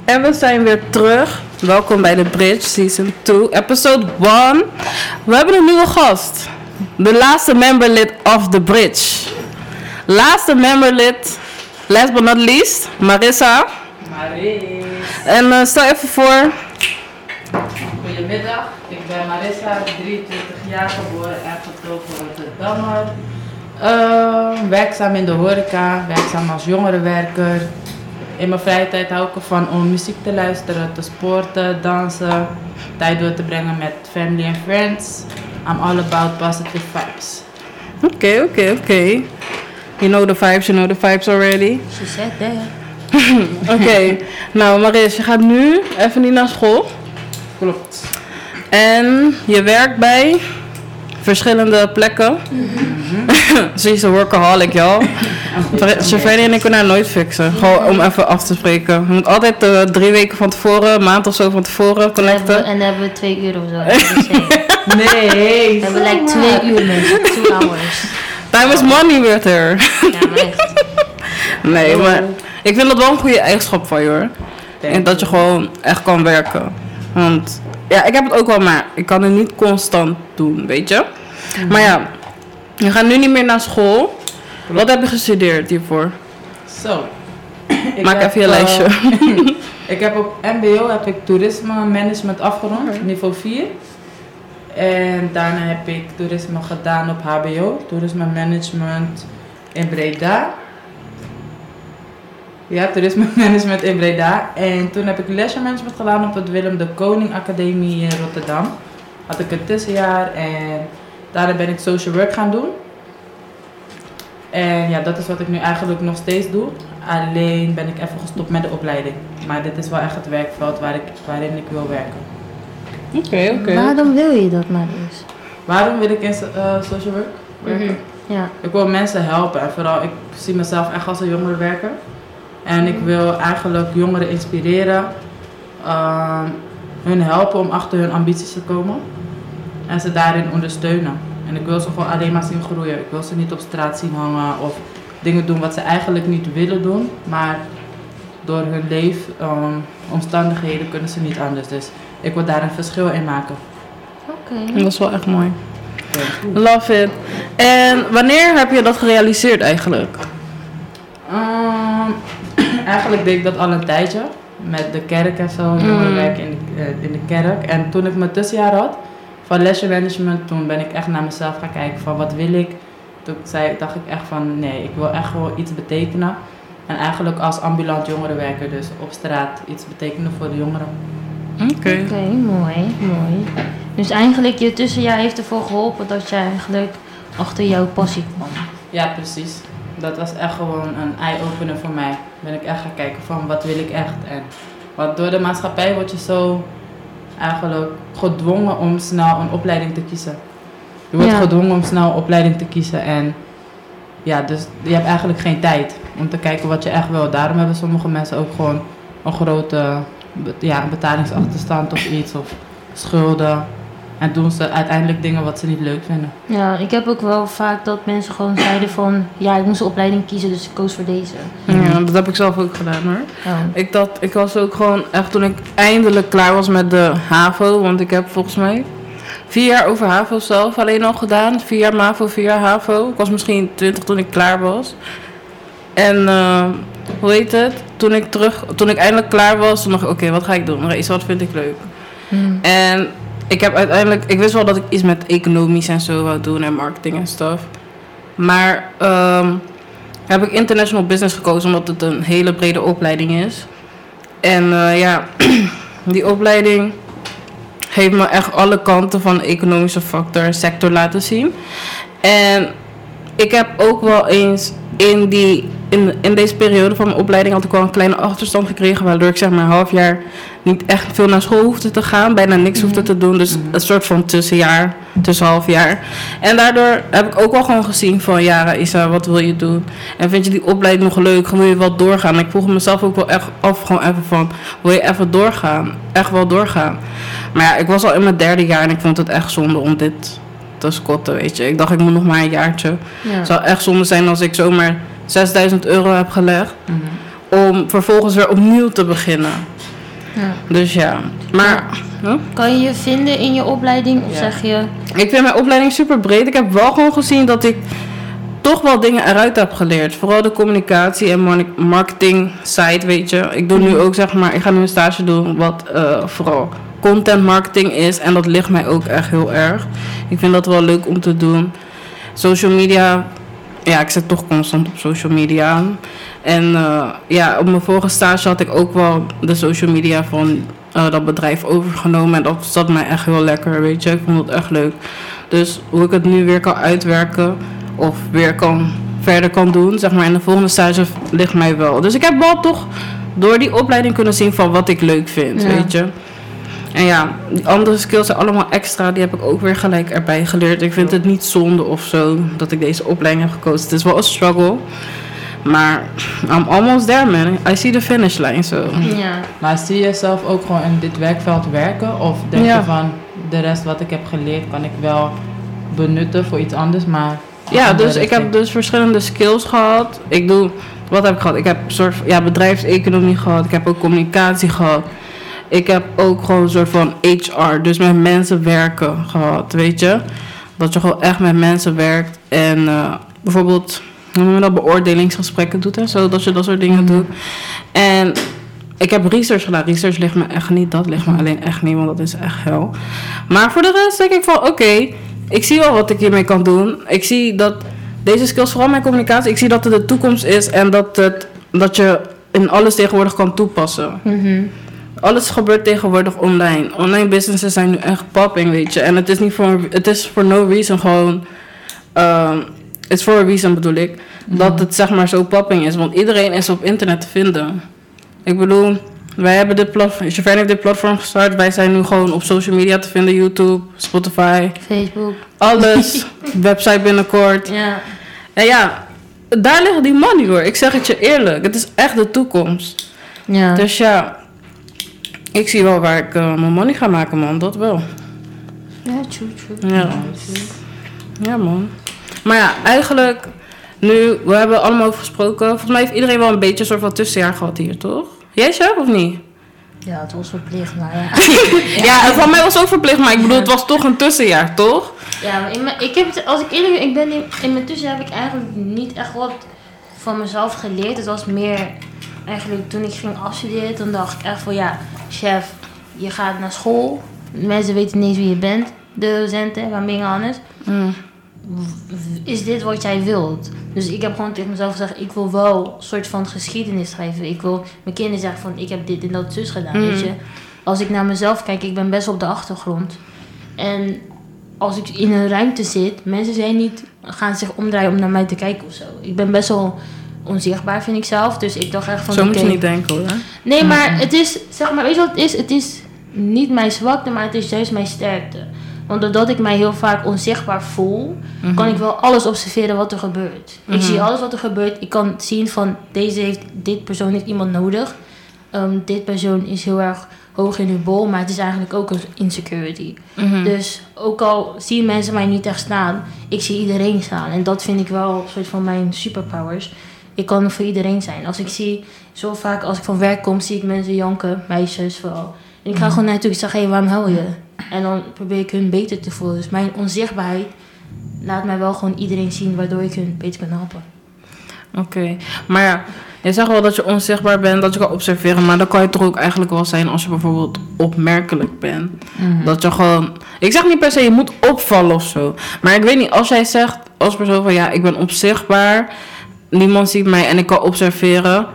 En we zijn weer terug. Welkom bij The Bridge Season 2, episode 1. We hebben een nieuwe gast. De laatste memberlid of The Bridge. Laatste memberlid, last but not least, Marissa. En stel even voor. Goedemiddag, ik ben Marissa, 23 jaar geboren en getogen Rotterdammer. Werkzaam in de horeca, werkzaam als jongerenwerker. In mijn vrije tijd hou ik ervan om muziek te luisteren, te sporten, dansen, tijd door te brengen met family en friends. I'm all about positive vibes. Oké. You know the vibes already. She said that. Oké, nou Maris, je gaat nu even niet naar school. Klopt. En je werkt bij verschillende plekken. Ze is een workaholic, joh. Sylvania en ik kunnen haar nooit fixen. Gewoon om even af te spreken. Je moet altijd 3 weken van tevoren, een maand of zo van tevoren connecten. En dan hebben we 2 uur of zo. Nee. We hebben like 2 uur mensen, 2 hours. Time is money with her. Ja, maar echt. Nee, maar ik vind dat wel een goede eigenschap van je, hoor. En dat je gewoon echt kan werken. Want ja, ik heb het ook wel, maar ik kan het niet constant doen, weet je. Maar ja, je gaat nu niet meer naar school. Wat heb je gestudeerd hiervoor? Zo. Maak even je lijstje. Ik heb op MBO toerisme management afgerond, niveau 4. En daarna heb ik toerisme gedaan op HBO, toerisme management in Breda. Ja, toerisme management in Breda. En toen heb ik leisure management gedaan op het Willem de Koning Academie in Rotterdam. Had ik een tussenjaar en daarna ben ik social work gaan doen. En ja, dat is wat ik nu eigenlijk nog steeds doe. Alleen ben ik even gestopt met de opleiding. Maar dit is wel echt het werkveld waarin ik wil werken. Oké. Waarom wil je dat maar eens? Waarom wil ik in social work werken? Ja. Ik wil mensen helpen en vooral ik zie mezelf echt als een jongerenwerker. En ik wil eigenlijk jongeren inspireren, hun helpen om achter hun ambities te komen. En ze daarin ondersteunen. En ik wil ze gewoon alleen maar zien groeien. Ik wil ze niet op straat zien hangen of dingen doen wat ze eigenlijk niet willen doen. Maar door hun leefomstandigheden kunnen ze niet anders. Dus ik wil daar een verschil in maken. Oké. Dat is wel echt mooi. Love it. En wanneer heb je dat gerealiseerd eigenlijk? Eigenlijk deed ik dat al een tijdje. Met de kerk en zo, jongerenwerk in de kerk. En toen ik mijn tussenjaar had van leisure management, toen ben ik echt naar mezelf gaan kijken van wat wil ik. Toen dacht ik echt van nee, ik wil echt gewoon iets betekenen. En eigenlijk als ambulant jongerenwerker, dus op straat iets betekenen voor de jongeren. Oké, mooi. Dus eigenlijk je tussenjaar heeft ervoor geholpen dat je eigenlijk achter jouw passie kwam. Ja, precies. Dat was echt gewoon een eye-opener voor mij. Ben ik echt gaan kijken van wat wil ik echt. En want door de maatschappij word je zo eigenlijk gedwongen om snel een opleiding te kiezen. Je wordt gedwongen om snel een opleiding te kiezen. En ja, dus je hebt eigenlijk geen tijd om te kijken wat je echt wil. Daarom hebben sommige mensen ook gewoon een grote betalingsachterstand of iets. Of schulden. En doen ze uiteindelijk dingen wat ze niet leuk vinden. Ja, ik heb ook wel vaak dat mensen gewoon zeiden van ja, ik moest een opleiding kiezen, dus ik koos voor deze. Ja, dat heb ik zelf ook gedaan, hoor. Oh. Ik was ook gewoon echt toen ik eindelijk klaar was met de HAVO, want ik heb volgens mij 4 jaar over HAVO zelf alleen al gedaan. 4 jaar MAVO, 4 jaar HAVO. Ik was misschien 20 toen ik klaar was. En hoe heet het? Toen ik eindelijk klaar was, toen dacht ik oké, wat ga ik doen? Wat vind ik leuk? En ik wist wel dat ik iets met economisch en zo wou doen en marketing en stuff. Maar heb ik international business gekozen omdat het een hele brede opleiding is. En die opleiding heeft me echt alle kanten van de economische sector laten zien. En ik heb ook wel eens in deze periode van mijn opleiding had ik wel een kleine achterstand gekregen, waardoor ik zeg maar een half jaar niet echt veel naar school hoefde te gaan, bijna niks hoefde te doen, dus een soort van tussenhalf jaar. En daardoor heb ik ook wel gewoon gezien van ja, Raissa, wat wil je doen? En vind je die opleiding nog leuk? Wil je wel doorgaan? En ik vroeg mezelf ook wel echt af, gewoon even van, wil je even doorgaan? Echt wel doorgaan. Maar ja, ik was al in mijn 3e jaar en ik vond het echt zonde om dit te scotten, weet je. Ik dacht, ik moet nog maar een jaartje. Ja. Het zou echt zonde zijn als ik zomaar €6.000 heb gelegd om vervolgens weer opnieuw te beginnen. Ja. Dus ja, maar... Huh? Kan je je vinden in je opleiding? Of zeg je... Ik vind mijn opleiding super breed. Ik heb wel gewoon gezien dat ik toch wel dingen eruit heb geleerd. Vooral de communicatie en marketing side, weet je. Ik doe nu ook, zeg maar, ik ga nu een stage doen wat vooral content marketing is. En dat ligt mij ook echt heel erg. Ik vind dat wel leuk om te doen. Social media, ja, ik zit toch constant op social media. En op mijn vorige stage had ik ook wel de social media van dat bedrijf overgenomen. En dat zat mij echt heel lekker, weet je. Ik vond het echt leuk. Dus hoe ik het nu weer kan uitwerken of weer verder kan doen, zeg maar, in de volgende stage ligt mij wel. Dus ik heb wel toch door die opleiding kunnen zien van wat ik leuk vind, weet je. En ja, die andere skills zijn allemaal extra. Die heb ik ook weer gelijk erbij geleerd. Ik vind het niet zonde of zo dat ik deze opleiding heb gekozen. Het is wel een struggle. Maar I'm almost there, man. I see the finish line, so. Ja. Maar zie je jezelf ook gewoon in dit werkveld werken? Of denk je van, de rest wat ik heb geleerd kan ik wel benutten voor iets anders, maar... Ja, dus ik heb dus verschillende skills gehad. Wat heb ik gehad? Ik heb een soort van, bedrijfseconomie gehad. Ik heb ook communicatie gehad. Ik heb ook gewoon een soort van HR, dus met mensen werken gehad, weet je. Dat je gewoon echt met mensen werkt en bijvoorbeeld, hoe noem je dat, beoordelingsgesprekken doet en zo, dat je dat soort dingen doet. En ik heb research gedaan. Research ligt me echt niet, dat ligt me alleen echt niet, want dat is echt hel. Maar voor de rest denk ik van, oké, ik zie wel wat ik hiermee kan doen. Ik zie dat deze skills, vooral mijn communicatie, ik zie dat het de toekomst is en dat je in alles tegenwoordig kan toepassen. Alles gebeurt tegenwoordig online. Online businesses zijn nu echt popping, weet je. En het is for no reason gewoon... it's for a reason bedoel ik. Dat het zeg maar zo popping is. Want iedereen is op internet te vinden. Ik bedoel, wij hebben dit platform... Javern heeft dit platform gestart. Wij zijn nu gewoon op social media te vinden. YouTube, Spotify. Facebook. Alles. Website binnenkort. Ja. En ja, daar liggen die money hoor. Ik zeg het je eerlijk. Het is echt de toekomst. Ja. Dus ja... Ik zie wel waar ik mijn money ga maken, man. Dat wel. Ja, true. Ja, man. Maar ja, eigenlijk... Nu, we hebben allemaal over gesproken. Volgens mij heeft iedereen wel een beetje een soort van tussenjaar gehad hier, toch? Jij, chef, of niet? Ja, het was verplicht, maar ja. Ja, en van mij was het ook verplicht. Maar ik bedoel, het was toch een tussenjaar, toch? Ja, maar als ik eerlijk ben, ik ben in mijn tussenjaar heb ik eigenlijk niet echt wat van mezelf geleerd. Het was meer... Eigenlijk toen ik ging afstuderen, toen dacht ik echt van ja, chef, je gaat naar school. Mensen weten niet eens wie je bent. De docenten, I'm being honest. Is dit wat jij wilt? Dus ik heb gewoon tegen mezelf gezegd, ik wil wel een soort van geschiedenis schrijven. Ik wil mijn kinderen zeggen van ik heb dit en dat zus gedaan, weet je. Als ik naar mezelf kijk, ik ben best op de achtergrond. En als ik in een ruimte zit, mensen gaan zich omdraaien om naar mij te kijken of zo. Ik ben best wel... onzichtbaar vind ik zelf, dus ik dacht echt van... Zo moet je niet denken hoor. Nee, maar het is, zeg maar, weet je wat het is? Het is niet mijn zwakte, maar het is juist mijn sterkte. Want doordat ik mij heel vaak onzichtbaar voel, kan ik wel alles observeren wat er gebeurt. Ik zie alles wat er gebeurt. Ik kan zien van, dit persoon heeft iemand nodig. Dit persoon is heel erg hoog in hun bol, maar het is eigenlijk ook een insecurity. Dus ook al zien mensen mij niet echt staan, ik zie iedereen staan. En dat vind ik wel een soort van mijn superpowers. Ik kan er voor iedereen zijn. Als ik van werk kom, zie ik mensen janken, meisjes vooral. En ik ga gewoon naartoe zeggen, hey, waarom huil je? En dan probeer ik hun beter te voelen. Dus mijn onzichtbaarheid laat mij wel gewoon iedereen zien, waardoor ik hun beter kan helpen. Oké. Maar ja, je zegt wel dat je onzichtbaar bent, dat je kan observeren. Maar dan kan je toch ook eigenlijk wel zijn als je bijvoorbeeld opmerkelijk bent. Dat je gewoon... Ik zeg niet per se je moet opvallen of zo. Maar ik weet niet, als jij zegt als persoon van ja, ik ben onzichtbaar... Niemand ziet mij en ik kan observeren.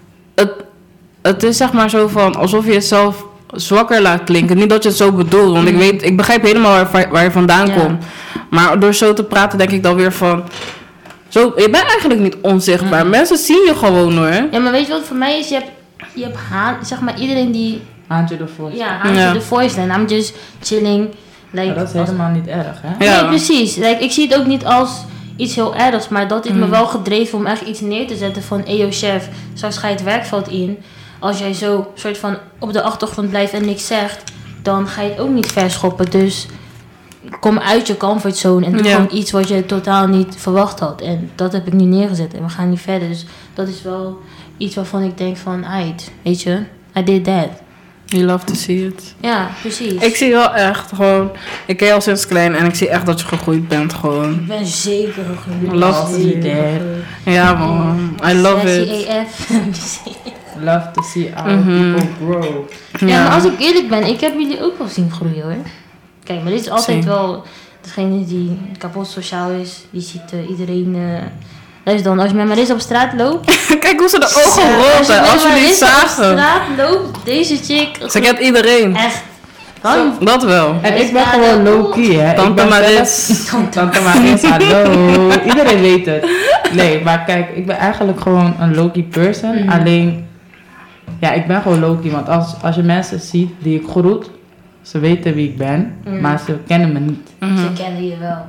Het is zeg maar zo van alsof je jezelf zwakker laat klinken. Niet dat je het zo bedoelt, want ik begrijp helemaal waar je vandaan komt. Maar door zo te praten denk ik dan weer van... Zo, je bent eigenlijk niet onzichtbaar. Mensen zien je gewoon hoor. Ja, maar weet je wat voor mij is? Je hebt zeg maar iedereen die... Haantje de voice. Ja, haantje de voice. En I'm just chilling. Like, maar dat is helemaal niet erg, hè? Ja. Nee, precies. Like, ik zie het ook niet als... iets heel ergs, maar dat heeft me wel gedreven om echt iets neer te zetten van yo chef, straks ga je het werkveld in. Als jij zo soort van op de achtergrond blijft en niks zegt, dan ga je het ook niet verschoppen. Dus kom uit je comfortzone en doe gewoon iets wat je totaal niet verwacht had. En dat heb ik nu neergezet en we gaan niet verder. Dus dat is wel iets waarvan ik denk van, weet je, I did that. You love to see it. Ja, precies. Ik zie wel echt gewoon... Ik ken je al sinds klein en ik zie echt dat je gegroeid bent gewoon. Ik ben zeker gegroeid. Love to see it. Ja man, I love it. AF. Love to see our people grow. Ja, maar als ik eerlijk ben, ik heb jullie ook wel zien groeien hoor. Kijk, maar dit is altijd Same. wel degene die kapot sociaal is. Die ziet iedereen... Luister dan, als je met Marissa op straat loopt... Kijk hoe ze de ogen rolt hè, als jullie het op zagen. straat loopt, deze chick... Ze kent iedereen. Echt. Dat wel. En ik ben gewoon low-key, hè. Tante Ik ben Maris. zelf- Tante Maris, hallo. Iedereen weet het. Nee, maar kijk, ik ben eigenlijk gewoon een low-key person. Alleen, ja, ik ben gewoon low-key. Want als je mensen ziet die ik groet, ze weten wie ik ben, maar ze kennen me niet. Ze kennen je wel.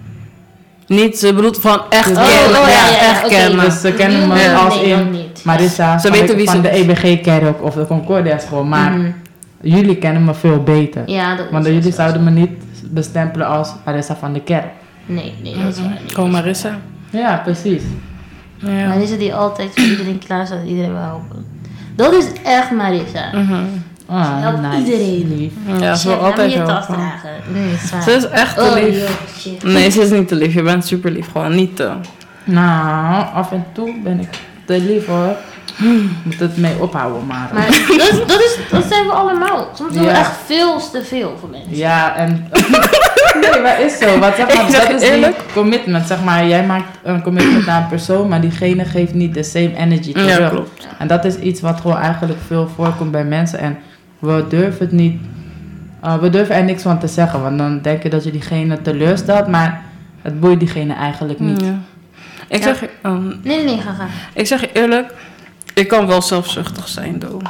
Niet, ze bedoelt van echt Oh, kennen. Echt oké. kennen. Dus ze kennen me Nee, als nee, dan in niet. Marissa Ze van, weten wie van ze de is. EBG-kerk of de Concordia school. Maar jullie kennen me veel beter. Ja, dat Want is jullie zo. zouden me niet bestempelen als Marissa van de kerk. Nee, dat is waar niet. Gewoon Marissa. Ja, precies. Ja. Marissa die altijd voor iedereen klaar staat, iedereen wil helpen. Dat is echt Marissa. Ah, Helpt nice. iedereen. Lief. Ja, ze wil Chef, laat me altijd je tas helpen. dragen. Nee, is waar. Ze is echt te Oh, lief. joh, shit. Nee, ze is niet te lief. Je bent super lief. Gewoon niet te. Nou, af en toe ben ik te lief hoor. Moet het mee ophouden, maar. Maar dat zijn we allemaal. Soms doen we Ja. echt veel te veel voor mensen. Ja, en. Nee, maar is zo. Want zeg maar, Ik zeg dat is die eerlijk. commitment. Zeg maar, jij maakt een commitment naar een persoon, maar diegene geeft niet de same energy terug. Ja, klopt. En dat is iets wat gewoon eigenlijk veel voorkomt bij mensen. En we durven het niet. We durven er niks van te zeggen, want dan denk je dat je diegene teleurstelt, maar het boeit diegene eigenlijk niet. Ja. Ik, Ja. zeg, Nee, ga. ik zeg je eerlijk, ik kan wel zelfzuchtig zijn, though.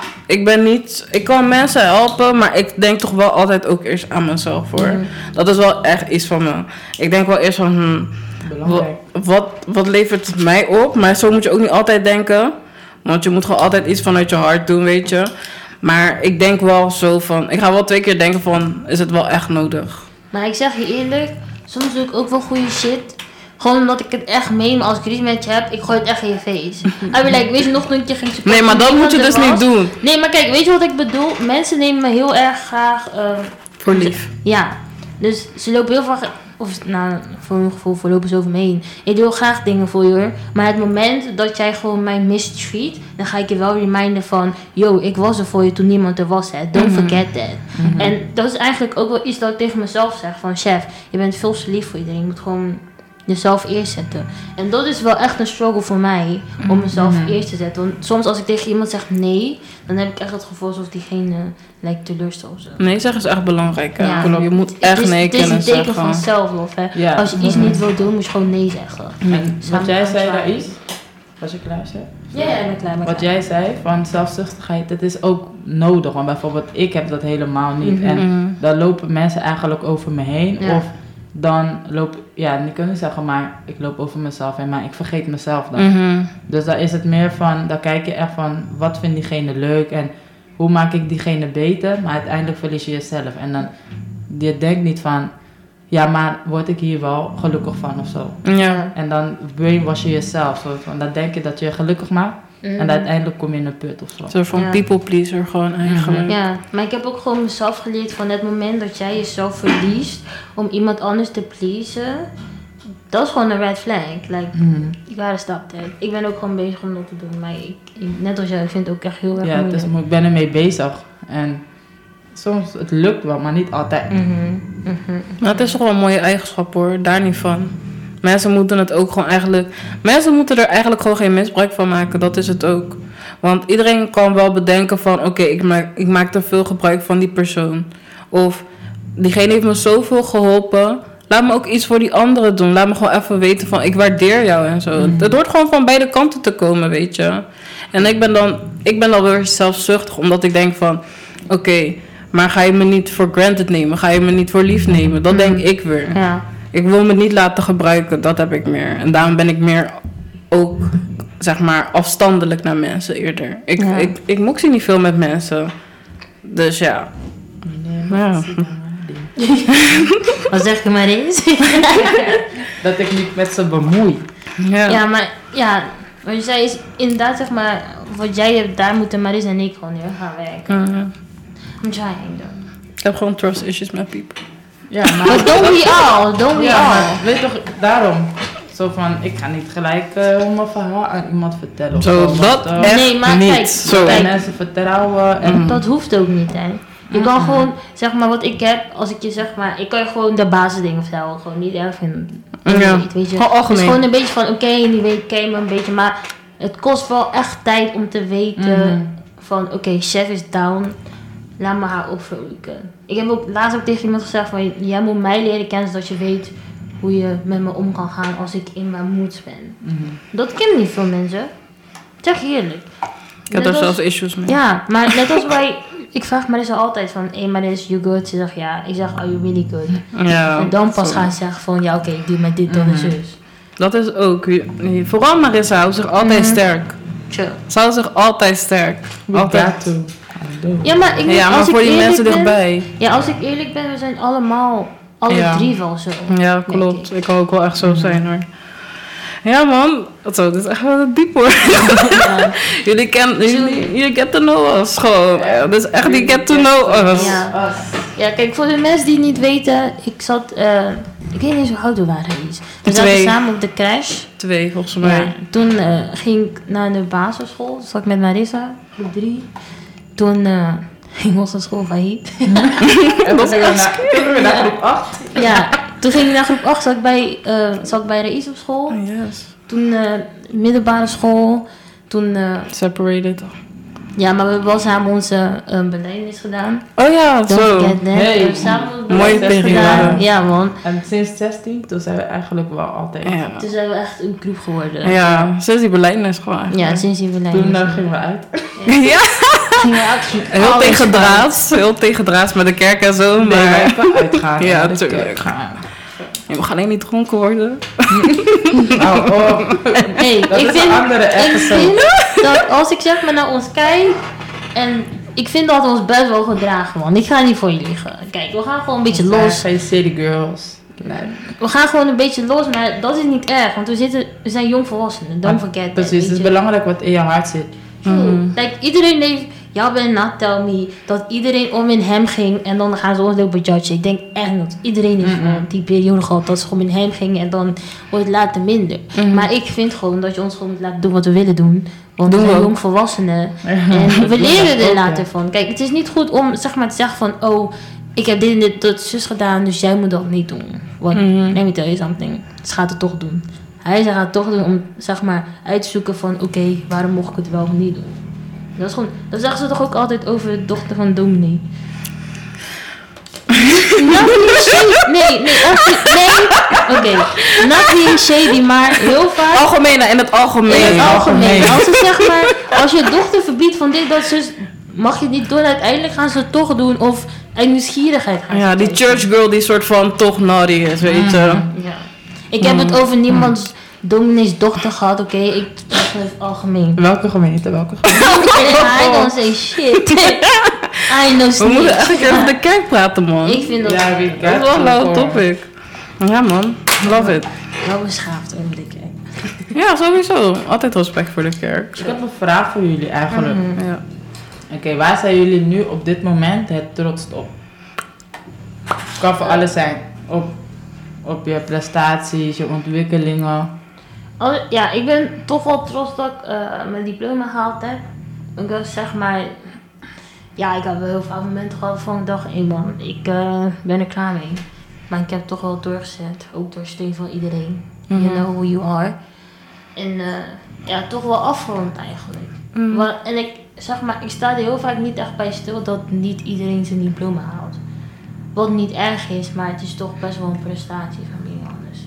Ik kan mensen helpen, maar ik denk toch wel altijd ook eerst aan mezelf, hoor. Dat is wel echt iets van me. Ik denk wel eerst van, Belangrijk. wat levert het mij op? Maar zo moet je ook niet altijd denken. Want je moet gewoon altijd iets vanuit je hart doen, weet je. Maar ik denk wel zo van, ik ga wel 2 keer denken van, is het wel echt nodig? Maar ik zeg je eerlijk, soms doe ik ook wel goede shit. Gewoon omdat ik het echt meen, maar als ik ruzie met je heb, ik gooi het echt in je face. I mean, like, weet je nog toen ik je ging supporten? Nee, maar dat moet je niemand dus er niet was? doen. Nee, maar kijk, weet je wat ik bedoel? Mensen nemen me heel erg graag... Voor lief. Ja, dus ze lopen heel vaak... Of nou, voor mijn gevoel lopen ze over me heen. Ik doe graag dingen voor je hoor. Maar het moment dat jij gewoon mij mistreat, dan ga ik je wel reminden van... Yo, ik was er voor je toen niemand er was, hè. Don't forget that. En dat is eigenlijk ook wel iets dat ik tegen mezelf zeg. Van chef, je bent veel te lief voor iedereen. Je moet gewoon jezelf eerst zetten. En dat is wel echt een struggle voor mij. Om mezelf eerst te zetten. Want soms als ik tegen iemand zeg nee, dan heb ik echt het gevoel alsof diegene lijkt teleurstelt of zo. Nee zeggen is echt belangrijk. Hè? Ja. Je moet echt nee kunnen Het is een teken zeggen. van zelflof. Hè? Ja. Als je iets niet wil doen, moet je gewoon nee zeggen. En wat jij zei daar is, was je klaar zeg? Ja, ik ben klaar. Wat jij zei van zelfzuchtigheid, dat is ook nodig. Want bijvoorbeeld, ik heb dat helemaal niet. En dan lopen mensen eigenlijk over me heen. Ja. Of dan niet kunnen zeggen, maar ik loop over mezelf heen, maar ik vergeet mezelf dan. Dus dan is het meer van, dan kijk je echt van, wat vindt diegene leuk en hoe maak ik diegene beter? Maar uiteindelijk verlies je jezelf. En dan, je denkt niet van, ja, maar word ik hier wel gelukkig van of zo. Ja. En dan brainwash je jezelf. Zo van, dan denk je dat je je gelukkig maakt. En uiteindelijk kom je in een put of zo. Een soort van Ja. people pleaser gewoon eigenlijk. Ja, maar ik heb ook gewoon mezelf geleerd van het moment dat jij jezelf verliest om iemand anders te pleasen. Dat is gewoon een red flag. Like, you gotta stop that. Ik ben ook gewoon bezig om dat te doen. Maar net als jij, ik vind het ook echt heel erg Ja, moeilijk. dus ik ben ermee bezig. En soms, het lukt wel, maar niet altijd. Maar het is toch wel een mooie eigenschap hoor, daar niet van. Mensen moeten het ook gewoon eigenlijk... Mensen moeten er eigenlijk gewoon geen misbruik van maken, dat is het ook. Want iedereen kan wel bedenken van... Oké, ik maak te veel gebruik van die persoon. Of diegene heeft me zoveel geholpen. Laat me ook iets voor die anderen doen. Laat me gewoon even weten van ik waardeer jou en zo. Het hoort gewoon van beide kanten te komen, weet je. En ik ben dan weer zelfzuchtig, omdat ik denk van... Oké, maar ga je me niet voor granted nemen? Ga je me niet voor lief nemen? Dat denk ik weer. Ja. Ik wil me niet laten gebruiken, dat heb ik meer. En daarom ben ik meer ook, zeg maar, afstandelijk naar mensen eerder. Ik moxie niet veel met mensen. Dus ja. Ja. Wat zeg je maar eens? Dat ik niet met ze bemoei. Ja, maar ja, wat je zei is inderdaad zeg maar, wat jij hebt, daar moeten Maris en ik gewoon heel gaan werken. I'm trying. Ik heb gewoon trust issues met people. Ja, maar... But don't we all. Ja, maar weet toch, daarom. Zo van, ik ga niet gelijk mijn verhaal aan iemand vertellen. Of Zo, want, dat echt Nee, maar niet. kijk, Zo. kijk. mensen vertrouwen. En Dat hoeft ook niet, hè. Je kan gewoon, zeg maar, wat ik heb, als ik je zeg maar, ik kan je gewoon de basisdingen vertellen. Gewoon niet erg vinden. Ja. Weet je. Gewoon algemeen. Het is gewoon een beetje van, oké, die weet ken je me een beetje. Maar het kost wel echt tijd om te weten van, oké, chef is down. Laat me haar opvrolijken. Ik heb ook laatst ook tegen iemand gezegd van, jij moet mij leren kennen zodat je weet hoe je met me om kan gaan als ik in mijn mood ben. Dat kennen niet veel mensen. Zeg je eerlijk. Ik heb daar zelfs issues mee. Ja, maar net als bij... Ik vraag Marissa altijd van... Hey Maris, you good? Ze zegt ja. Ik zeg, are you really good? Ja, En dan pas zo. gaan ze zeggen van... Ja, oké, ik doe met dit, dat en zus. Dat is ook... Vooral Marissa houdt zich altijd sterk. Chill. Ze houdt zich altijd sterk. Altijd. Ja, maar ik Ja, maar als voor ik die eerlijk mensen ben, dichtbij. Ja, als ik eerlijk ben, we zijn allemaal... Alle Ja. drie wel zo. Ja, denk klopt. ik. Ik kan ook wel echt zo zijn hoor. Ja man, zo, dit is echt wel diep hoor. Ja. jullie get to know us gewoon. Ja, dit is echt die get to know us. Ja. Ja, kijk, voor de mensen die het niet weten... Ik zat... ik weet niet eens hoe oud we waren. We zaten 2. samen op de crash. 2 volgens mij. Ja, toen ging ik naar de basisschool. Zat ik met Marissa, groep 3. Toen ging onze school failliet. En dan zijn we naar groep 8. Ja, toen ging ik naar groep 8. Zat ik bij Raïs op school. Oh, yes. Toen middelbare school. Toen... Separated. ja, maar we hebben wel samen onze belijdenis gedaan. Oh ja, Don't zo. forget that. Hey. We hebben samen onze Mooie belijdenis periode. gedaan. Ja, man. En sinds 16, toen zijn we eigenlijk wel altijd. Ja. Toen zijn we echt een groep geworden. Ja, sinds die belijdenis gewoon. Ja, sinds die belijdenis. Toen gingen we uit. Ja, gingen we echt heel alles tegendraads. Heel tegendraads met de kerk en zo. Nee, wij Maar hebben uitgaan. Ja, Naar de tuurlijk. kerk gaan. je mag alleen niet dronken worden. Nou, oh. Hey, Dat ik is een vind, andere ik episode. vind dat als ik zeg maar naar ons kijk en ik vind dat we ons best wel gedragen, man. Ik ga niet voor je liegen. Kijk, we gaan gewoon een beetje We zijn los. geen city girls. Nee. We gaan gewoon een beetje los, maar dat is niet erg, want we zijn jong volwassenen. Don't forget that, Precies, weet het is je. belangrijk wat in je hart zit. Kijk, iedereen heeft, y'all better not tell me dat iedereen om in hem ging en dan gaan ze ons lopen judgen. Ik denk echt dat iedereen heeft gewoon die periode gehad dat ze gewoon in hem gingen en dan wordt het later minder. Maar ik vind gewoon dat je ons gewoon moet laten doen wat we willen doen. Want Doen we we zijn ook. jong volwassenen en we Ja, leren er ook, later ja. van. Kijk, het is niet goed om zeg maar te zeggen van, oh, ik heb dit en dit tot zus gedaan, dus jij moet dat niet doen. Want, let me tell you something, ze gaat het toch doen. Hij gaat het toch doen om, zeg maar, uit te zoeken van, oké, waarom mocht ik het wel of niet doen? Dat is gewoon, dat zeggen ze toch ook altijd over de dochter van dominee. Not being shady. Nee, echt niet. Nee. Oké. Not being shady, maar heel vaak. Algemeen, in het algemeen. In het algemeen. algemeen. Als ze zeg maar, als je dochter verbiedt van dit, dat zus, mag je het niet doen. Uiteindelijk gaan ze het toch doen. Of uit nieuwsgierigheid gaan ze Ja, het die doen. church girl die soort van toch naughty is, weet je. Ja. Ik heb het over niemands dominees dochter gehad, oké? Ik zeg het algemeen. Welke gemeente? Welke gemeente? I don't say shit. I know We snitch. moeten eigenlijk over de kerk praten, man. Ik vind dat Ja, wie Dat is wel een lauw topic. Ja, man. Love it. wel beschaafd over de kerk. Ja, sowieso. Altijd respect voor de kerk. Ik heb een vraag voor jullie eigenlijk. Ja. Oké, waar zijn jullie nu op dit moment het trotst op? Kan voor alles zijn. Op je prestaties, je ontwikkelingen. Ja, ik ben toch wel trots dat ik mijn diploma gehaald heb. Ik was zeg maar... Ja, ik heb wel heel veel momenten gehad van ik dacht, hé man, ik ben er klaar mee. Maar ik heb toch wel doorgezet. Ook door steun van iedereen. You know who you are. En ja, toch wel afgerond eigenlijk. En ik zeg maar, ik sta er heel vaak niet echt bij stil dat niet iedereen zijn diploma haalt. Wat niet erg is, maar het is toch best wel een prestatie van wie anders.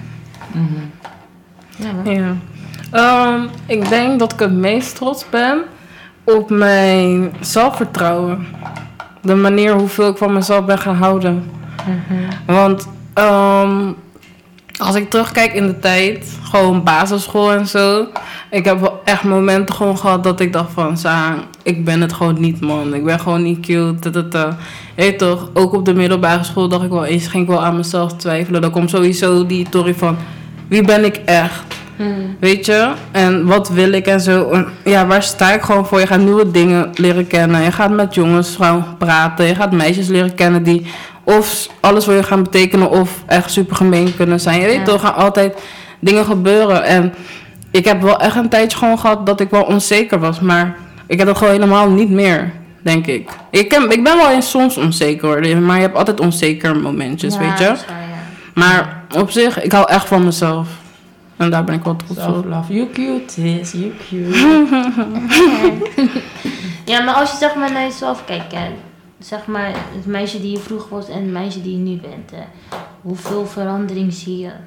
Ja, man. Ja. Ik denk dat ik het meest trots ben op mijn zelfvertrouwen. De manier hoeveel ik van mezelf ben gaan houden. Want als ik terugkijk in de tijd, gewoon basisschool en zo. Ik heb wel echt momenten gewoon gehad dat ik dacht van, ik ben het gewoon niet, man. Ik ben gewoon niet cute. Weet toch, ook op de middelbare school dacht ik wel eens, ging ik wel aan mezelf twijfelen. Dan komt sowieso die tory van, wie ben ik echt? Weet je? En wat wil ik en zo. En ja, waar sta ik gewoon voor? Je gaat nieuwe dingen leren kennen. Je gaat met jongens, vrouwen praten. Je gaat meisjes leren kennen die of alles wil je gaan betekenen of echt super gemeen kunnen zijn. Je weet toch, er gaan altijd dingen gebeuren. En ik heb wel echt een tijdje gewoon gehad dat ik wel onzeker was. Maar ik heb dat gewoon helemaal niet meer, denk ik. Ik ben wel eens soms onzeker hoor. Maar je hebt altijd onzeker momentjes, weet je? Dat is waar, ja. Maar op zich, ik hou echt van mezelf. En daar ben ik wel trots op. Self-love. You cute, is you cute. Ja, maar als je zeg maar naar jezelf kijkt, hè, zeg maar het meisje die je vroeger was en het meisje die je nu bent, hè, hoeveel verandering zie je?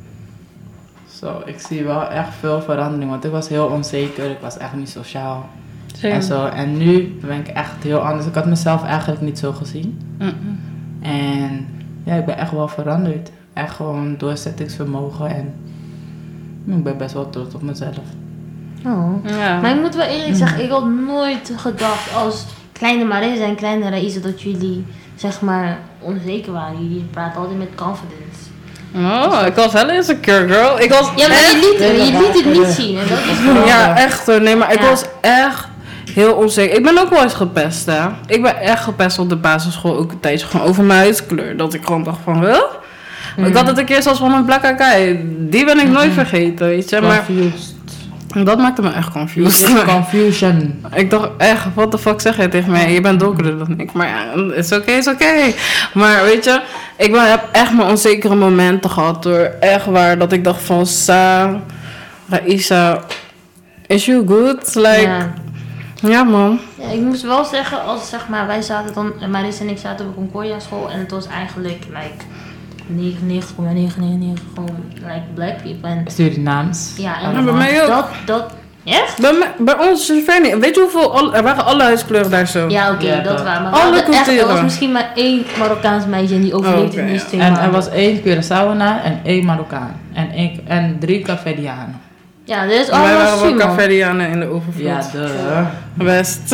Zo, ik zie wel echt veel verandering, want ik was heel onzeker, ik was echt niet sociaal. Same. En zo, en nu ben ik echt heel anders. Ik had mezelf eigenlijk niet zo gezien. En ja, ik ben echt wel veranderd. Echt gewoon doorzettingsvermogen en ik ben best wel trots op mezelf. Oh. Ja. Maar ik moet wel eerlijk zeggen, ik had nooit gedacht als kleine Marisa en kleine Raïsa dat jullie zeg maar onzeker waren. Jullie praten altijd met confidence. Oh, ik was wel insecure, girl. Ik was Ja, maar je liet het niet zien en dat is gewoon... Ja, echt hoor. Nee, maar ik Ja. was echt heel onzeker. Ik ben ook wel eens gepest, hè. Ik ben echt gepest op de basisschool. Ook een tijdje gewoon over mijn huidskleur. Dat ik gewoon dacht van, wel? Ik had het een keer zelfs van een black guy. Die ben ik nooit vergeten, weet je. Maar Confused. dat maakte me echt confused. Confusion. Ik dacht echt, what the fuck zeg je tegen mij? Je bent donkerder dan ik. Maar ja, is oké. Maar weet je, heb echt mijn onzekere momenten gehad hoor. Echt waar, dat ik dacht van, Raïsa, is you good? Like, ja man. Ja, ik moest wel zeggen, als zeg maar, wij zaten dan, Marisa en ik zaten op Concordia school en het was eigenlijk like 99,999 gewoon like black people. En, Surinaams. ja, en Ja, bij mij ook. Dat, echt? Bij ons is het ver niet. Weet je hoeveel, er waren alle huidskleuren daar zo. Ja, oké, Ja, dat dat. waar. Maar Alle we hadden echt, er culturen. was misschien maar 1 Marokkaans meisje en die overleefde Oké, niet eens ja. 2 En maanden. er was 1 Curaçaoenaar en 1 Marokkaan. En 3 Cafedianen. Ja, dit is Wij allemaal waren wel Sumo. Cafedianen in de overvloed. Ja, Best.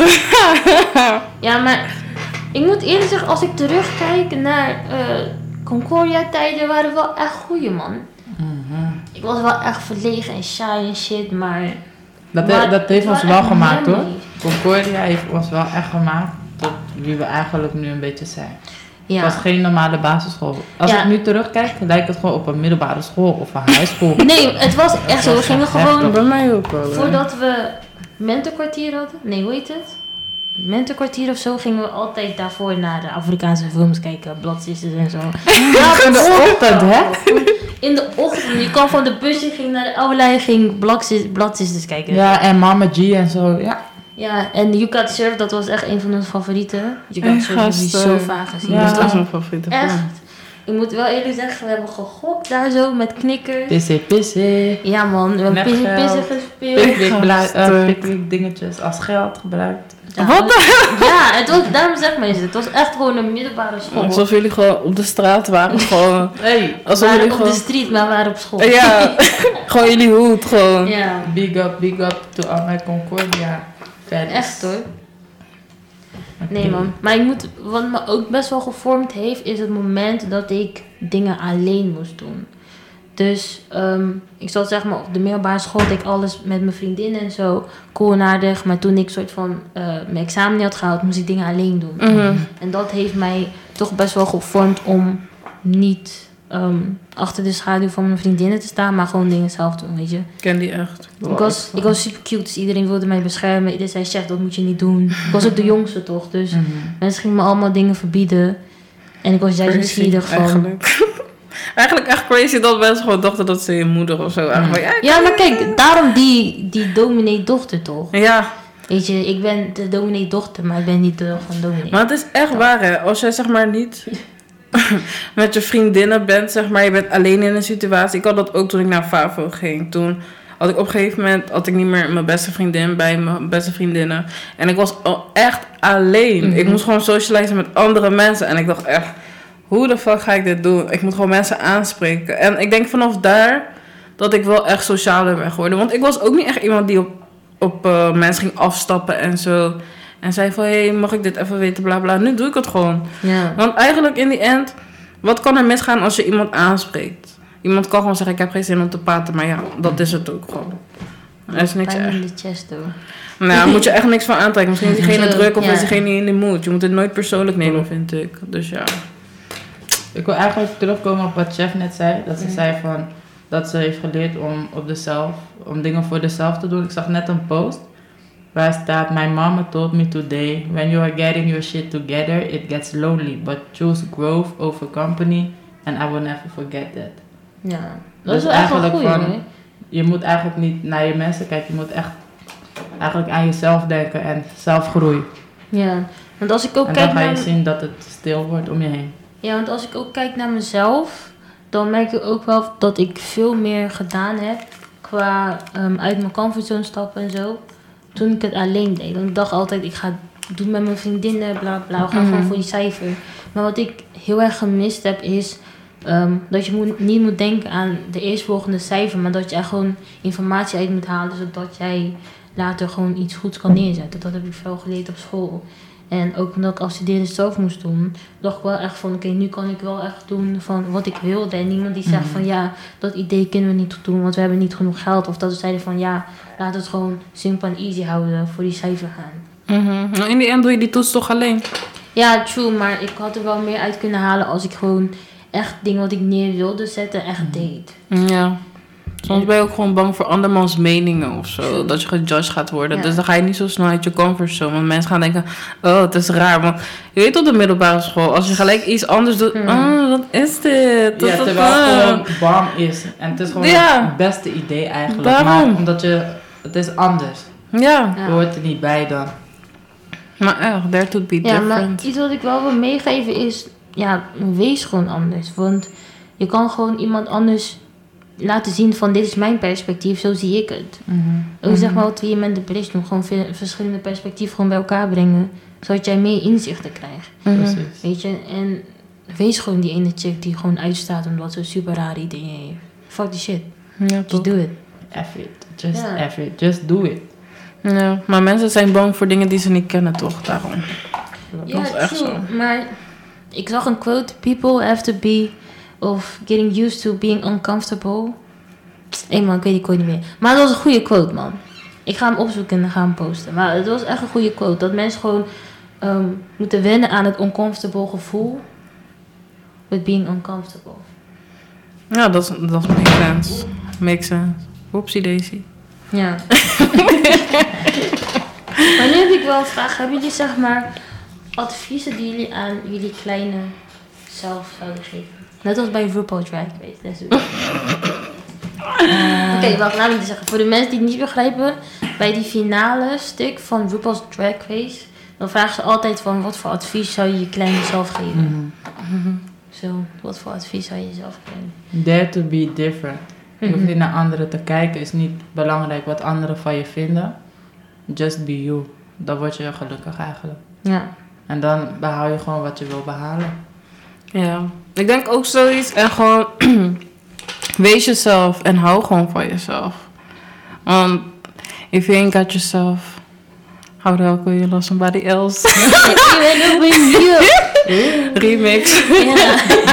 Ja, maar ik moet eerlijk zeggen, als ik terugkijk naar Concordia-tijden, waren wel echt goeie, man. Ik was wel echt verlegen en shy en shit, maar... Dat heeft ons waren wel echt gemaakt hoor. memories. Concordia heeft ons wel echt gemaakt tot wie we eigenlijk nu een beetje zijn. Het Ja. was geen normale basisschool. Als Ja. ik nu terugkijk, lijkt het gewoon op een middelbare school of een high school. Nee, het was echt zo. We gingen gewoon, Bij mij ook wel. hè. voordat we mentorkwartier hadden, nee, hoe heet het? Mentorkwartier of zo, gingen we altijd daarvoor naar de Afrikaanse films kijken, Blood Sisters en zo. Ja, in de ochtend, hè? In de ochtend, je kwam van de bus, je ging naar de oude lijn, ging Blood Sisters kijken. Ja, en Mama G en zo, ja. Ja, en You Got Served, dat was echt een van onze favorieten. You Hey, Got Served heb je gasten. zo vaak gezien. Ja. Dus Dat is dat mijn favoriete echt. film. Ik moet wel eerlijk zeggen, we hebben gegokt daar zo met knikkers. Pisse. Ja man, we hebben pissen Netgeld. gespeeld. Pickwick dingetjes als geld gebruikt. Ja, Wat? Ja, het was, daarom zeg maar eens, het was echt gewoon een middelbare school. Alsof jullie gewoon op de straat waren. Gewoon. Hey, We Alsof waren jullie op de gewoon. street, maar we waren op school. Ja, gewoon jullie hoed gewoon. Ja, big up to all my Concordia fans. echt hoor. Nee man, maar ik moet, wat me ook best wel gevormd heeft, is het moment dat ik dingen alleen moest doen. Dus ik zat zeg maar op de middelbare school, deed ik alles met mijn vriendinnen en zo, cool en aardig. Maar toen ik soort van mijn examen niet had gehaald, moest ik dingen alleen doen. Mhm. En dat heeft mij toch best wel gevormd om niet achter de schaduw van mijn vriendinnen te staan, maar gewoon dingen zelf te doen, weet je. Ik ken die echt. Ik was super cute, dus iedereen wilde mij beschermen. Iedereen zei, chef, dat moet je niet doen. Ik was ook de jongste toch, dus mensen gingen me allemaal dingen verbieden. En ik was juist nieuwsgierig van... Eigenlijk echt crazy dat mensen gewoon dachten dat ze je moeder of zo waren. Maar Ja, maar kijk, daarom die dominee dochter toch. ja, Weet je, ik ben de dominee dochter, maar ik ben niet de van dominee. maar het is echt waar hè. Als jij zeg maar niet met je vriendinnen bent, zeg maar, je bent alleen in een situatie. Ik had dat ook toen ik naar FAVO ging. Toen had ik op een gegeven moment niet meer mijn beste vriendin bij mijn beste vriendinnen. En ik was al echt alleen. Ik moest gewoon socializen met andere mensen. En ik dacht echt, hoe de fuck ga ik dit doen? Ik moet gewoon mensen aanspreken. En ik denk vanaf daar dat ik wel echt socialer ben geworden. Want ik was ook niet echt iemand die op mensen ging afstappen en zo. En zei van, hey, mag ik dit even weten, bla bla. Nu doe ik het gewoon. Ja. Want eigenlijk in die end, wat kan er misgaan als je iemand aanspreekt? Iemand kan gewoon zeggen, ik heb geen zin om te praten. Maar ja, dat is het ook gewoon. Er is niks Pijn echt. in de chest, hoor. Nou, daar moet je echt niks van aantrekken. Misschien is diegene Zo, druk of ja. is diegene niet in de mood. Je moet het nooit persoonlijk nemen, vind ik. Dus ja. Ik wil eigenlijk terugkomen op wat Chef net zei. Dat ze zei van dat ze heeft geleerd om dingen voor zichzelf te doen. Ik zag net een post waar staat: My mama told me today, when you are getting your shit together, it gets lonely, but choose growth over company and I will never forget that. Ja, dat Dus is wel echt een eigenlijk goeie, van- hoor. Je moet eigenlijk niet naar je mensen kijken, je moet echt eigenlijk aan jezelf denken en zelf groeien. Ja, want als ik ook En kijk dan ga je naar... zien dat het stil wordt om je heen. Ja, want als ik ook kijk naar mezelf, dan merk ik ook wel dat ik veel meer gedaan heb qua uit mijn comfortzone stappen en zo. Toen ik het alleen deed. Want ik dacht altijd, ik ga doen met mijn vriendinnen, bla bla, we gaan gewoon voor die cijfer. Maar wat ik heel erg gemist heb is dat je niet moet denken aan de eerstvolgende cijfer, maar dat je echt gewoon informatie uit moet halen, zodat jij later gewoon iets goeds kan neerzetten. Dat heb ik veel geleerd op school. En ook omdat ik afstuderen zelf moest doen, dacht ik wel echt van, oké, nu kan ik wel echt doen van wat ik wilde. En niemand die zegt van, ja, dat idee kunnen we niet doen, want we hebben niet genoeg geld. Of dat ze zeiden van, ja, laat het gewoon simpel en easy houden, voor die cijfer gaan. Nou, in die end doe je die toets toch alleen? Ja, true, maar ik had er wel meer uit kunnen halen als ik gewoon echt dingen wat ik neer wilde zetten, echt deed. Ja. Soms ben je ook gewoon bang voor andermans meningen of zo. Dat je gejudged gaat worden. Ja. Dus dan ga je niet zo snel uit je comfortzone. Want mensen gaan denken, oh, het is raar. Want je weet op de middelbare school, als je gelijk iets anders doet. Oh, wat is dit? Ja, terwijl het gewoon bam is. En het is gewoon het beste idee eigenlijk. Daarom. Maar omdat het is anders. Ja, Je hoort er niet bij dan. maar echt, there to be Ja, maar different. iets wat ik wel wil meegeven is, ja, wees gewoon anders. Want je kan gewoon iemand anders laten zien van, dit is mijn perspectief, zo zie ik het. Ook zeg maar wat we hier met de bridge doen, gewoon verschillende perspectieven gewoon bij elkaar brengen. Zodat jij meer inzichten krijgt. Precies. Weet je, en wees gewoon die ene chick die gewoon uitstaat omdat ze super rare ideeën heeft. Fuck die shit. Ja, Just toch? do it. F it. Just do it. Ja, maar mensen zijn bang voor dingen die ze niet kennen, toch? Daarom. Dat is echt zo. Maar ik zag een quote: people have to be of getting used to being uncomfortable. Hé man, ik weet die quote niet meer. Maar het was een goede quote, man. Ik ga hem opzoeken en ga hem posten. Maar het was echt een goede quote. Dat mensen gewoon moeten wennen aan het uncomfortable gevoel. With being uncomfortable. Ja, dat makes sense. Makes sense. Oepsie daisy. Ja. Maar nu heb ik wel een vraag. Hebben jullie zeg maar adviezen die jullie aan jullie kleine zelf zouden geven? Net als bij RuPaul Drag Race. Oké, wacht, laat me dit zeggen. Voor de mensen die het niet begrijpen, bij die finale stuk van RuPaul's Drag Race, dan vragen ze altijd van, wat voor advies zou je je kleine zelf geven? Zo, wat voor advies zou je jezelf geven? Dare to be different. Je hoeft niet naar anderen te kijken. Is niet belangrijk wat anderen van je vinden. Just be you. Dan word je gelukkig eigenlijk. Ja. En dan behaal je gewoon wat je wil behalen. Ja, ik denk ook zoiets. En gewoon wees jezelf en hou gewoon van jezelf. Want if you ain't got yourself, how the hell could you love somebody else? Remix. Ja.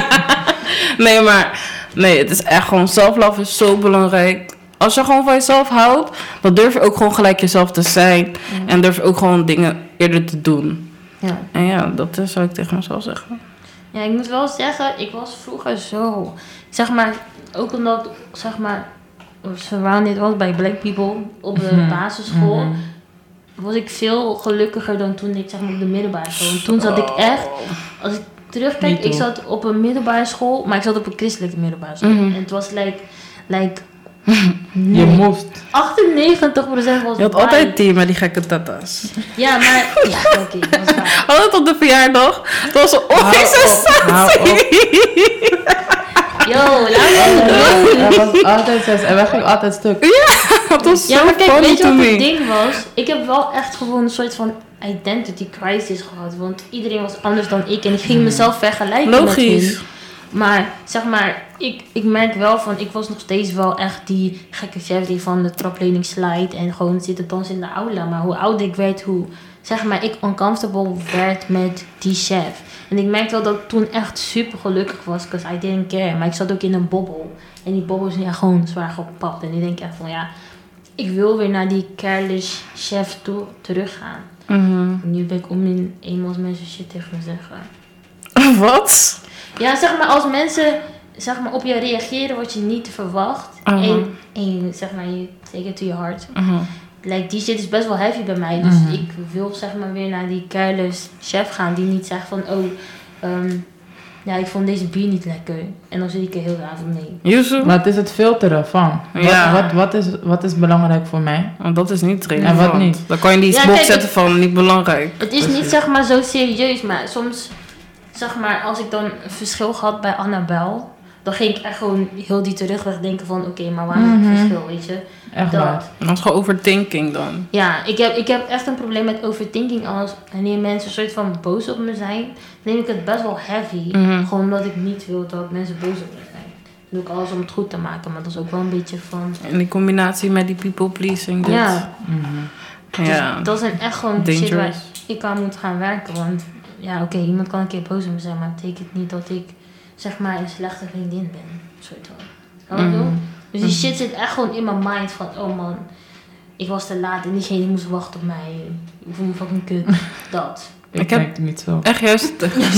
Nee, het is echt gewoon, self-love is zo belangrijk. Als je gewoon van jezelf houdt, dan durf je ook gewoon gelijk jezelf te zijn. En durf je ook gewoon dingen eerder te doen. Ja. En ja, dat zou ik tegen mezelf zeggen. Ja, ik moet wel zeggen, ik was vroeger zo, zeg maar, ook omdat, zeg maar, surrounded was bij black people op de basisschool, was ik veel gelukkiger dan toen ik, zeg maar, op de middelbare school. En toen zat ik echt, als ik terugkijk, ik zat op een middelbare school, maar ik zat op een christelijke middelbare school. En het was like Je moest. 98% was Je had altijd die met die gekke tata's. Ja, maar, ja, oké, dat was waar. Altijd op de verjaardag. Dat was een Hou organisatie. Yo, laat me doen. Er was altijd zes en wij gingen altijd stuk. Dat was Ja, zo maar kijk, funny weet je to wat het me. ding was? Ik heb wel echt gewoon een soort van identity crisis gehad. Want iedereen was anders dan ik. En ik ging mezelf vergelijken Logisch. met hun. Maar, zeg maar, ik merk wel van... Ik was nog steeds wel echt die gekke chef die van de trapleuning slide. En gewoon zitten dansen in de aula. Maar hoe ouder ik werd, hoe zeg maar, ik uncomfortable werd met die chef. En ik merkte wel dat ik toen echt super gelukkig was, because I didn't care. Maar ik zat ook in een bobbel. En die bobbel is nu echt gewoon zwaar gepapt. En ik denk echt van, ja, ik wil weer naar die careless chef toe teruggaan. Nu ben ik om in eenmaals mensen shit tegen me zeggen. Wat? Ja, zeg maar, als mensen zeg maar, op je reageren wat je niet verwacht. En zeg maar, je take it to your heart. Like, die shit is best wel heavy bij mij. Dus ik wil zeg maar weer naar die careless chef gaan. Die niet zegt van, ja, ik vond deze bier niet lekker. En dan zit ik er heel de avond mee. Yuzu? Maar het is het filteren van. Ja. Wat is belangrijk voor mij? Want dat is niet relevant. En wat niet? Dan kan je die box zetten van niet belangrijk. Het is niet zeg maar zo serieus. Maar soms, zeg maar, als ik dan een verschil had bij Annabel. Dan ging ik echt gewoon heel die terugweg denken van, oké, maar waar is het verschil, weet je? Echt Dat. waar. Dat is gewoon overthinking dan. Ja, ik heb echt een probleem met overthinking. Als wanneer mensen een soort van boos op me zijn, neem ik het best wel heavy. Gewoon omdat ik niet wil dat mensen boos op me zijn. Dan doe ik alles om het goed te maken, maar dat is ook wel een beetje van... En die combinatie met die people pleasing. Dit. Ja, Ja. dus dat zijn echt gewoon shit waar Dangerous. ik aan moet gaan werken. Want ja, oké, iemand kan een keer boos op me zijn, maar het betekent niet dat ik zeg maar een slechte vriendin ben. Soort van. Snap je wat ik bedoel? Dus die shit zit echt gewoon in mijn mind van, oh man, ik was te laat en diegene moest wachten op mij. Ik voel me fucking kut. Dat. Ik heb- denk niet zo. Echt juist.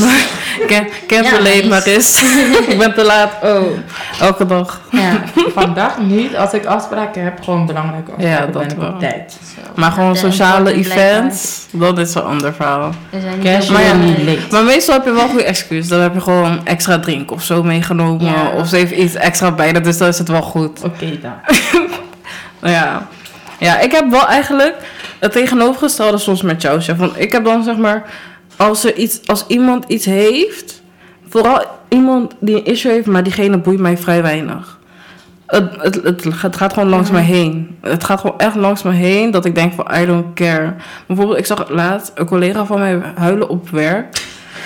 Can't Ja, relate, nice. maar is. Ik ben te laat. Oh, elke dag. Ja. Vandaag niet. Als ik afspraken heb, gewoon belangrijke afspraken, Ja, dat ben ik wel. op tijd. Zo. Maar gewoon De sociale important events, dat is een ander verhaal. blijkbaar. We zijn Casual heel niet belangrijk. late. Maar meestal heb je wel een goede excuus. Dan heb je gewoon extra drink of zo meegenomen. Ja. Of ze heeft iets extra bij, dus dan is het wel goed. Oké dan. Nou ja, ik heb wel eigenlijk het tegenovergestelde soms met jou, chef. Want ik heb dan zeg maar, als iemand iets heeft, vooral iemand die een issue heeft, maar diegene boeit mij vrij weinig. Het gaat gewoon langs me heen. Het gaat gewoon echt langs me heen dat ik denk van I don't care. Bijvoorbeeld, ik zag laatst een collega van mij huilen op werk.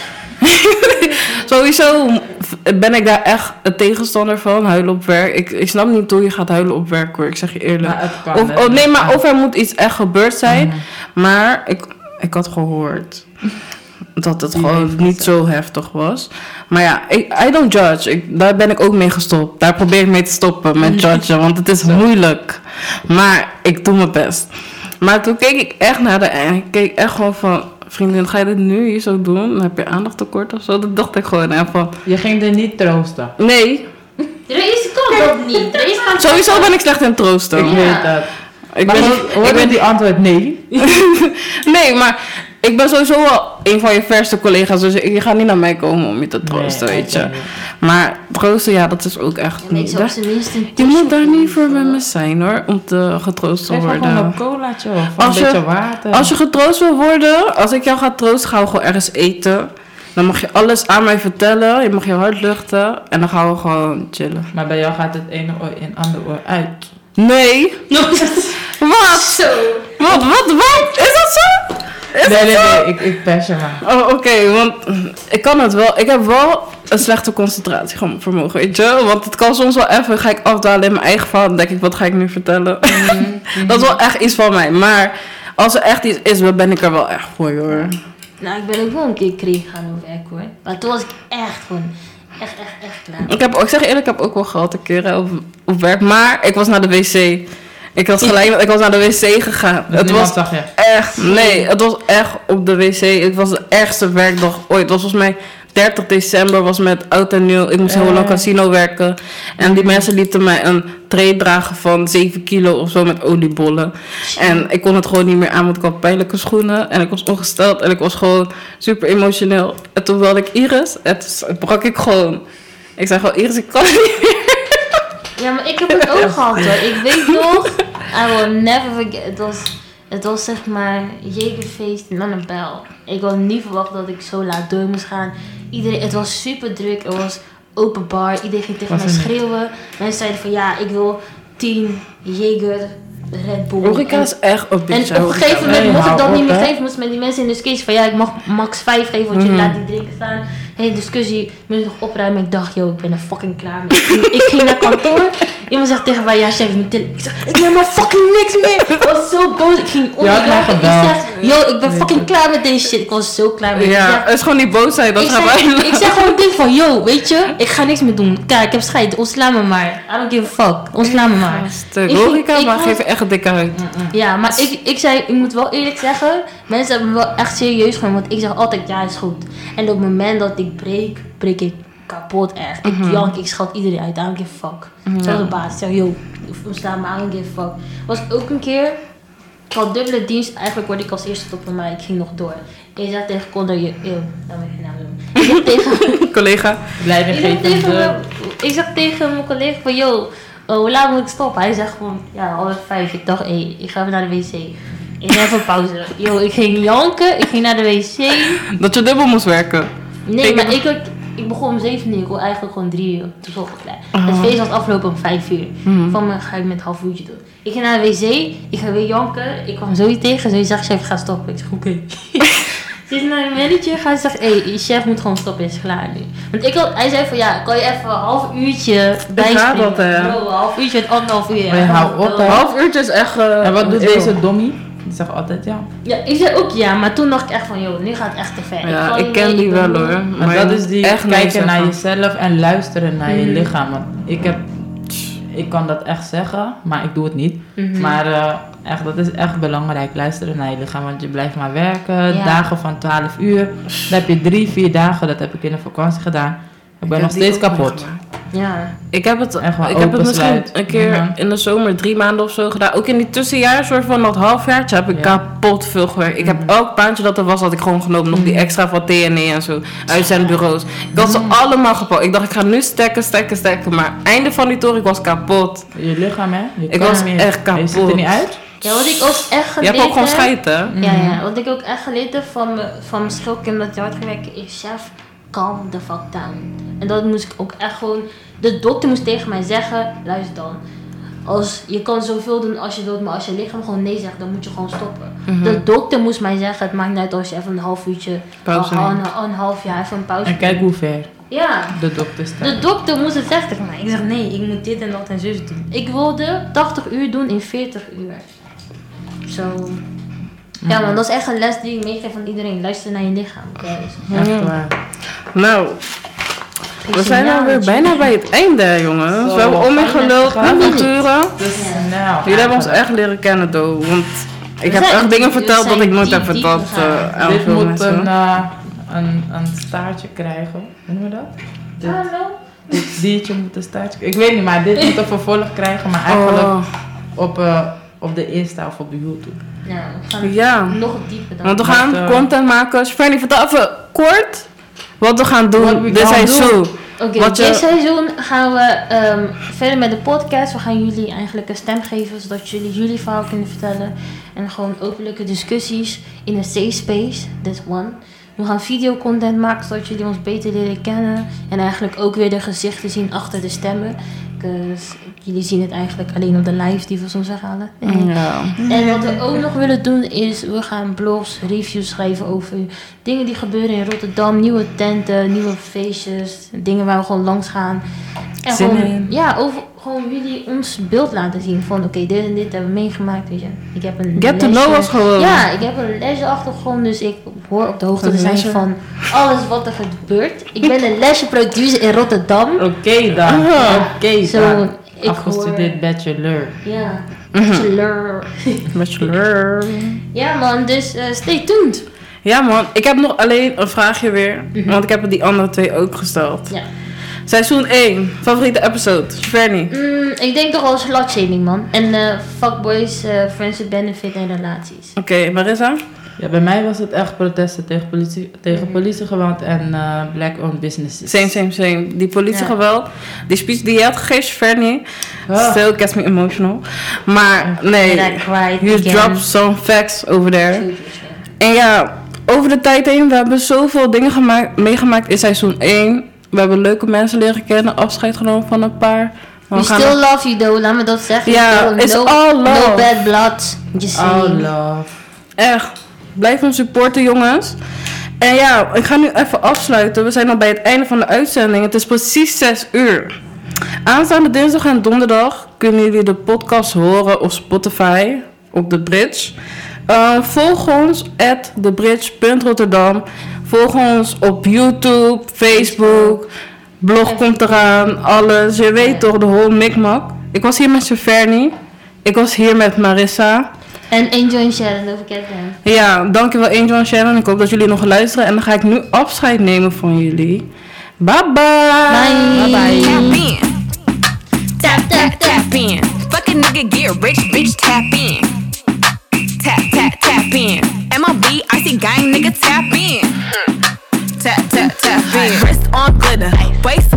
Sowieso ben ik daar echt een tegenstander van, huilen op werk. Ik snap niet hoe je gaat huilen op werk, hoor. Ik zeg je eerlijk. Maar het kan, hè. Of er moet iets echt gebeurd zijn. Maar ik had gehoord dat het gewoon niet zo heftig was. Maar ja, I don't judge. Daar ben ik ook mee gestopt. Daar probeer ik mee te stoppen met judgen. Want het is moeilijk. Maar ik doe mijn best. Maar toen keek ik echt naar de eind. Ik keek echt gewoon van... Vriendin, ga je dit nu hier zo doen? Dan heb je aandachttekort of zo. Dat dacht ik gewoon. En van, Je ging er niet troosten. nee. Reis kan dat niet. Reis kan Sowieso ben ik slecht in troosten. Ik Ja. weet dat. Ik Maar ben, hoorde die antwoord nee? nee, maar ik ben sowieso wel een van je verste collega's. Dus je gaat niet naar mij komen om je te troosten, Nee, weet je. oké. Maar troosten, ja, dat is ook echt Ja, maar ik niet. zou op zijn minst een Je tissue moet daar niet voor geven. bij me zijn, hoor. Om te getroost te Geef maar gewoon worden. een colaatje of Als een je- beetje water. Als je getroost wil worden, als ik jou ga troosten, gaan we gewoon ergens eten. Dan mag je alles aan mij vertellen. Je mag je hart luchten. En dan gaan we gewoon chillen. Maar bij jou gaat het ene oor in, andere oor uit. Nee. Wat? Zo. Wat? Is dat zo? Nee, ik pers je maar. Oh, oké, want ik kan het wel. Ik heb wel een slechte concentratievermogen, weet je. Want het kan soms wel even, ga ik afdwalen in mijn eigen verhaal. Dan denk ik, wat ga ik nu vertellen? Dat is wel echt iets van mij. Maar als er echt iets is, dan ben ik er wel echt voor, hoor. Nou, ik ben ook wel een keer kreeg gaan op werk, hoor. Maar toen was ik echt gewoon... Echt klaar. Ik zeg je eerlijk, ik heb ook wel gehad een keer op werk. Maar ik was naar de wc. Ik was gelijk, ik was naar de wc gegaan. Dus Het niemand was zag je. echt, nee, het was echt op de wc. Het was de ergste werkdag ooit. Het was volgens mij 30 december, was met oud en nieuw. Ik moest heel lang casino werken. En die mensen lieten mij een tray dragen van 7 kilo of zo met oliebollen. En ik kon het gewoon niet meer aan, want ik had pijnlijke schoenen. En ik was ongesteld en ik was gewoon super emotioneel. En toen belde ik Iris en toen brak ik gewoon. Ik zei gewoon, Iris, ik kan niet meer. Ja, maar ik heb het ook gehad, hoor. Ik weet nog... I will never forget. Het was zeg maar Jägerfeest in Annabel. Ik had niet verwacht dat ik zo laat door moest gaan. Het was super druk. Er was open bar. Iedereen ging tegen Was mij er niet? schreeuwen. Mensen zeiden van ja, ik wil 10 Jäger Red Bull. Horeca En- is echt een beetje En op een gegeven moment Nee, mocht ik hou dat op, niet meer hè. geven. Moest met die mensen in discussie van ja, ik mag max 5 geven, want je laat die drinken staan. Hele discussie, moet ik nog opruimen. Ik dacht, yo, ik ben er fucking klaar mee. Ik ging naar kantoor. Iemand zegt tegen mij, ja chef, je moet tillen. Ik zeg, ik neem maar fucking niks meer. Ik was zo boos. Ik ging Je had mij Ik gebeld. zeg, yo, ik ben fucking klaar met deze shit. Ik was zo klaar met Ja, deze het is gewoon die boosheid. Dat gaat bijna. ik zeg gewoon ding van, yo, weet je, ik ga niks meer doen. Kijk, ik heb scheid, ontsla me maar. I don't give a fuck, ontsla me maar. De Ik logica, ging- maar ik geef was- echt een dikke uit. Ja, maar ik zei, ik moet wel eerlijk zeggen, mensen hebben me wel echt serieus genomen, want ik zeg altijd, ja, is goed. En op het moment dat ik breek ik kapot echt. Ik jank, ik schat iedereen uit, I don't give a fuck. Zoals een baas, ik zeg, yo, ontsla me, I don't give a fuck. Was ook een keer, ik had dubbele dienst, eigenlijk word ik als eerste stoppen, maar ik ging nog door. Ik zei tegen Connor, yo, dan moet je geen naam doen. Ik zeg tegen... Collega. Blijf Ik zeg tegen mijn collega van, yo, hoe laat moet ik stoppen? Hij zegt gewoon, ja, 4:30. Ik dacht, ik ga even naar de wc. Ik neem even pauze. Yo, ik ging janken, ik ging naar de wc. Dat je dubbel moest werken. Nee, maar ik begon om 7 uur, ik wil eigenlijk gewoon 3 uur. Toen was ik klaar. Het feest was afgelopen om 5 uur. Van me ga ik met een half uurtje doen. Ik ging naar de wc, ik ga weer janken. Ik kwam Zoe tegen, Zoe zegt, chef, ga stoppen. Ik zeg, oké. Ze is naar een manager gaan en zegt, je chef moet gewoon stoppen, is klaar nu. Want hij zei van, ja, kan je even een half uurtje bijspringen? dat, hè? Bro, een half uurtje en 1,5 uur. Maar je hou op, hè? Een half uurtje is echt... En wat doet eeuw. deze dommie? Die zegt altijd ja. Ja, ik zei ook ja, maar toen dacht ik echt van, joh, nu gaat het echt te ver. Ja, kan ik niet ken meer, die ben wel moe. hoor. Maar dat is die echt nee kijken naar zeggen. jezelf en luisteren naar je lichaam. Want ik kan dat echt zeggen, maar ik doe het niet. Maar echt, dat is echt belangrijk, luisteren naar je lichaam. Want je blijft maar werken, Ja. dagen van 12 uur. Dan heb je 3-4 dagen, dat heb ik in de vakantie gedaan. Ik ben heb nog die steeds ook kapot. meegemaakt. Ja. Ik heb het, Echt wel ik heb het open misschien sluit. een keer in de zomer 3 maanden of zo gedaan. Ook in die tussenjaar, soort van dat halfjaartje, heb ik kapot veel gewerkt. Ik heb elk baantje dat er was, had ik gewoon genomen. Nog die extra van TNE en zo, uit zijn bureaus. Ik had ze allemaal gepakt. Ik dacht, ik ga nu stekken. Maar einde van die tour, ik was kapot. Je lichaam, hè? Je Ik kan was niet. echt Je ziet er kapot. niet uit. Ja, wat ik ook echt Je geleerd hebt ook gewoon heb- scheid, hè? Ja, wat ik ook echt geleerd heb van mijn schilkim dat je hard gewerkt is, chef, calm the fuck down. En dat moest ik ook echt gewoon, de dokter moest tegen mij zeggen, luister dan, je kan zoveel doen als je wilt, maar als je lichaam gewoon nee zegt, dan moet je gewoon stoppen. De dokter moest mij zeggen, het maakt niet uit als je even een half uurtje, Pauze een half jaar even een pauze En kijk hoe ver Ja, de dokter staat. de dokter moest het zeggen tegen mij. Ik zeg nee, ik moet dit en dat en zus doen. Ik wilde 80 uur doen in 40 uur. Zo. Ja man, dat is echt een les die ik meegeef aan iedereen. Luister naar je lichaam. Guys. Echt waar. Nou, we zijn alweer bijna bij het einde, jongens. Zo, We hebben om en gelopen, gaan we. avonturen. Dus snel. Jullie hebben ons echt leren kennen, though. Want ik heb zijn- echt dingen we verteld dat zijn ik nooit diep, heb diep verteld gegaan. aan Dit veel moet mensen. een staartje krijgen. Hoe noem je dat? Dit diertje moet een staartje krijgen. Ik weet niet, maar dit moet een vervolg krijgen. Maar eigenlijk op de Insta of op de YouTube. Ja, we gaan Ja. nog dieper dan. Want we gaan Wat, content maken. Spenny, vertel even kort wat we gaan Wat doen we dit gaan seizoen. Oké, Wat je- dit seizoen gaan we verder met de podcast. We gaan jullie eigenlijk een stem geven, zodat jullie verhaal kunnen vertellen. En gewoon openlijke discussies in een safe space. That's one. We gaan videocontent maken, zodat jullie ons beter leren kennen. En eigenlijk ook weer de gezichten zien achter de stemmen. Dus jullie zien het eigenlijk alleen op de live die we soms weghalen. Ja. En wat we ook nog willen doen is, we gaan blogs, reviews schrijven over dingen die gebeuren in Rotterdam. Nieuwe tenten, nieuwe feestjes, dingen waar we gewoon langs gaan. En Zin gewoon, in. ja, over gewoon jullie ons beeld laten zien van oké, dit en dit hebben we meegemaakt, weet je. Ik heb een Get to lesje- know us gewoon. Ja, ik heb een lesje-achtergrond, dus ik hoor op de hoogte te zijn lesje. van alles wat er gebeurt. Ik ben een lesje-producer in Rotterdam. Oké dan. Oké Zo, dan. ik Afgestudeerd bachelor. Ja, bachelor. Bachelor. Ja man, dus stay tuned. Ja man, ik heb nog alleen een vraagje weer. Want ik heb die andere 2 ook gesteld. Ja. Seizoen 1, favoriete episode. Spenny. Ik denk toch wel slutshaming man. En fuckboys, friends with benefit en relaties. Oké, Marissa? Ja, bij mij was het echt protesten tegen politiegeweld en black-owned businesses. Same. Die politiegeweld. Die speech die je had gegeven, Spenny. Still gets me emotional. Maar nee, And I cried you again. dropped some facts over there. En ja, over de tijd heen, we hebben zoveel dingen meegemaakt in seizoen 1. We hebben leuke mensen leren kennen, afscheid genomen van een paar. Maar We still love you though, laat me dat zeggen. Ja, Still it's no, all love. No bad blood. Just Oh, saying. love. Echt, blijf me supporten jongens. En ja, ik ga nu even afsluiten. We zijn al bij het einde van de uitzending. Het is precies 6 uur. Aanstaande dinsdag en donderdag kunnen jullie de podcast horen op Spotify, op The Bridge. Volg ons @thebridge.rotterdam. Volg ons op YouTube, Facebook, blog komt eraan, alles. Je weet toch, de whole mikmak. Ik was hier met Severny. Ik was hier met Marissa. En Angel en Sharon, don't forget them. Ja, dankjewel Angel en Sharon. Ik hoop dat jullie nog luisteren. En dan ga ik nu afscheid nemen van jullie. Bye bye. Bye. Bye bye. Tap in. Tap, tap, tap in. Fuck a nigga, get rich, bitch, tap in. Tap, tap, tap in. MLB, icy gang, nigga, tap in. Tap, tap, tap in. Wrist on glitter, waist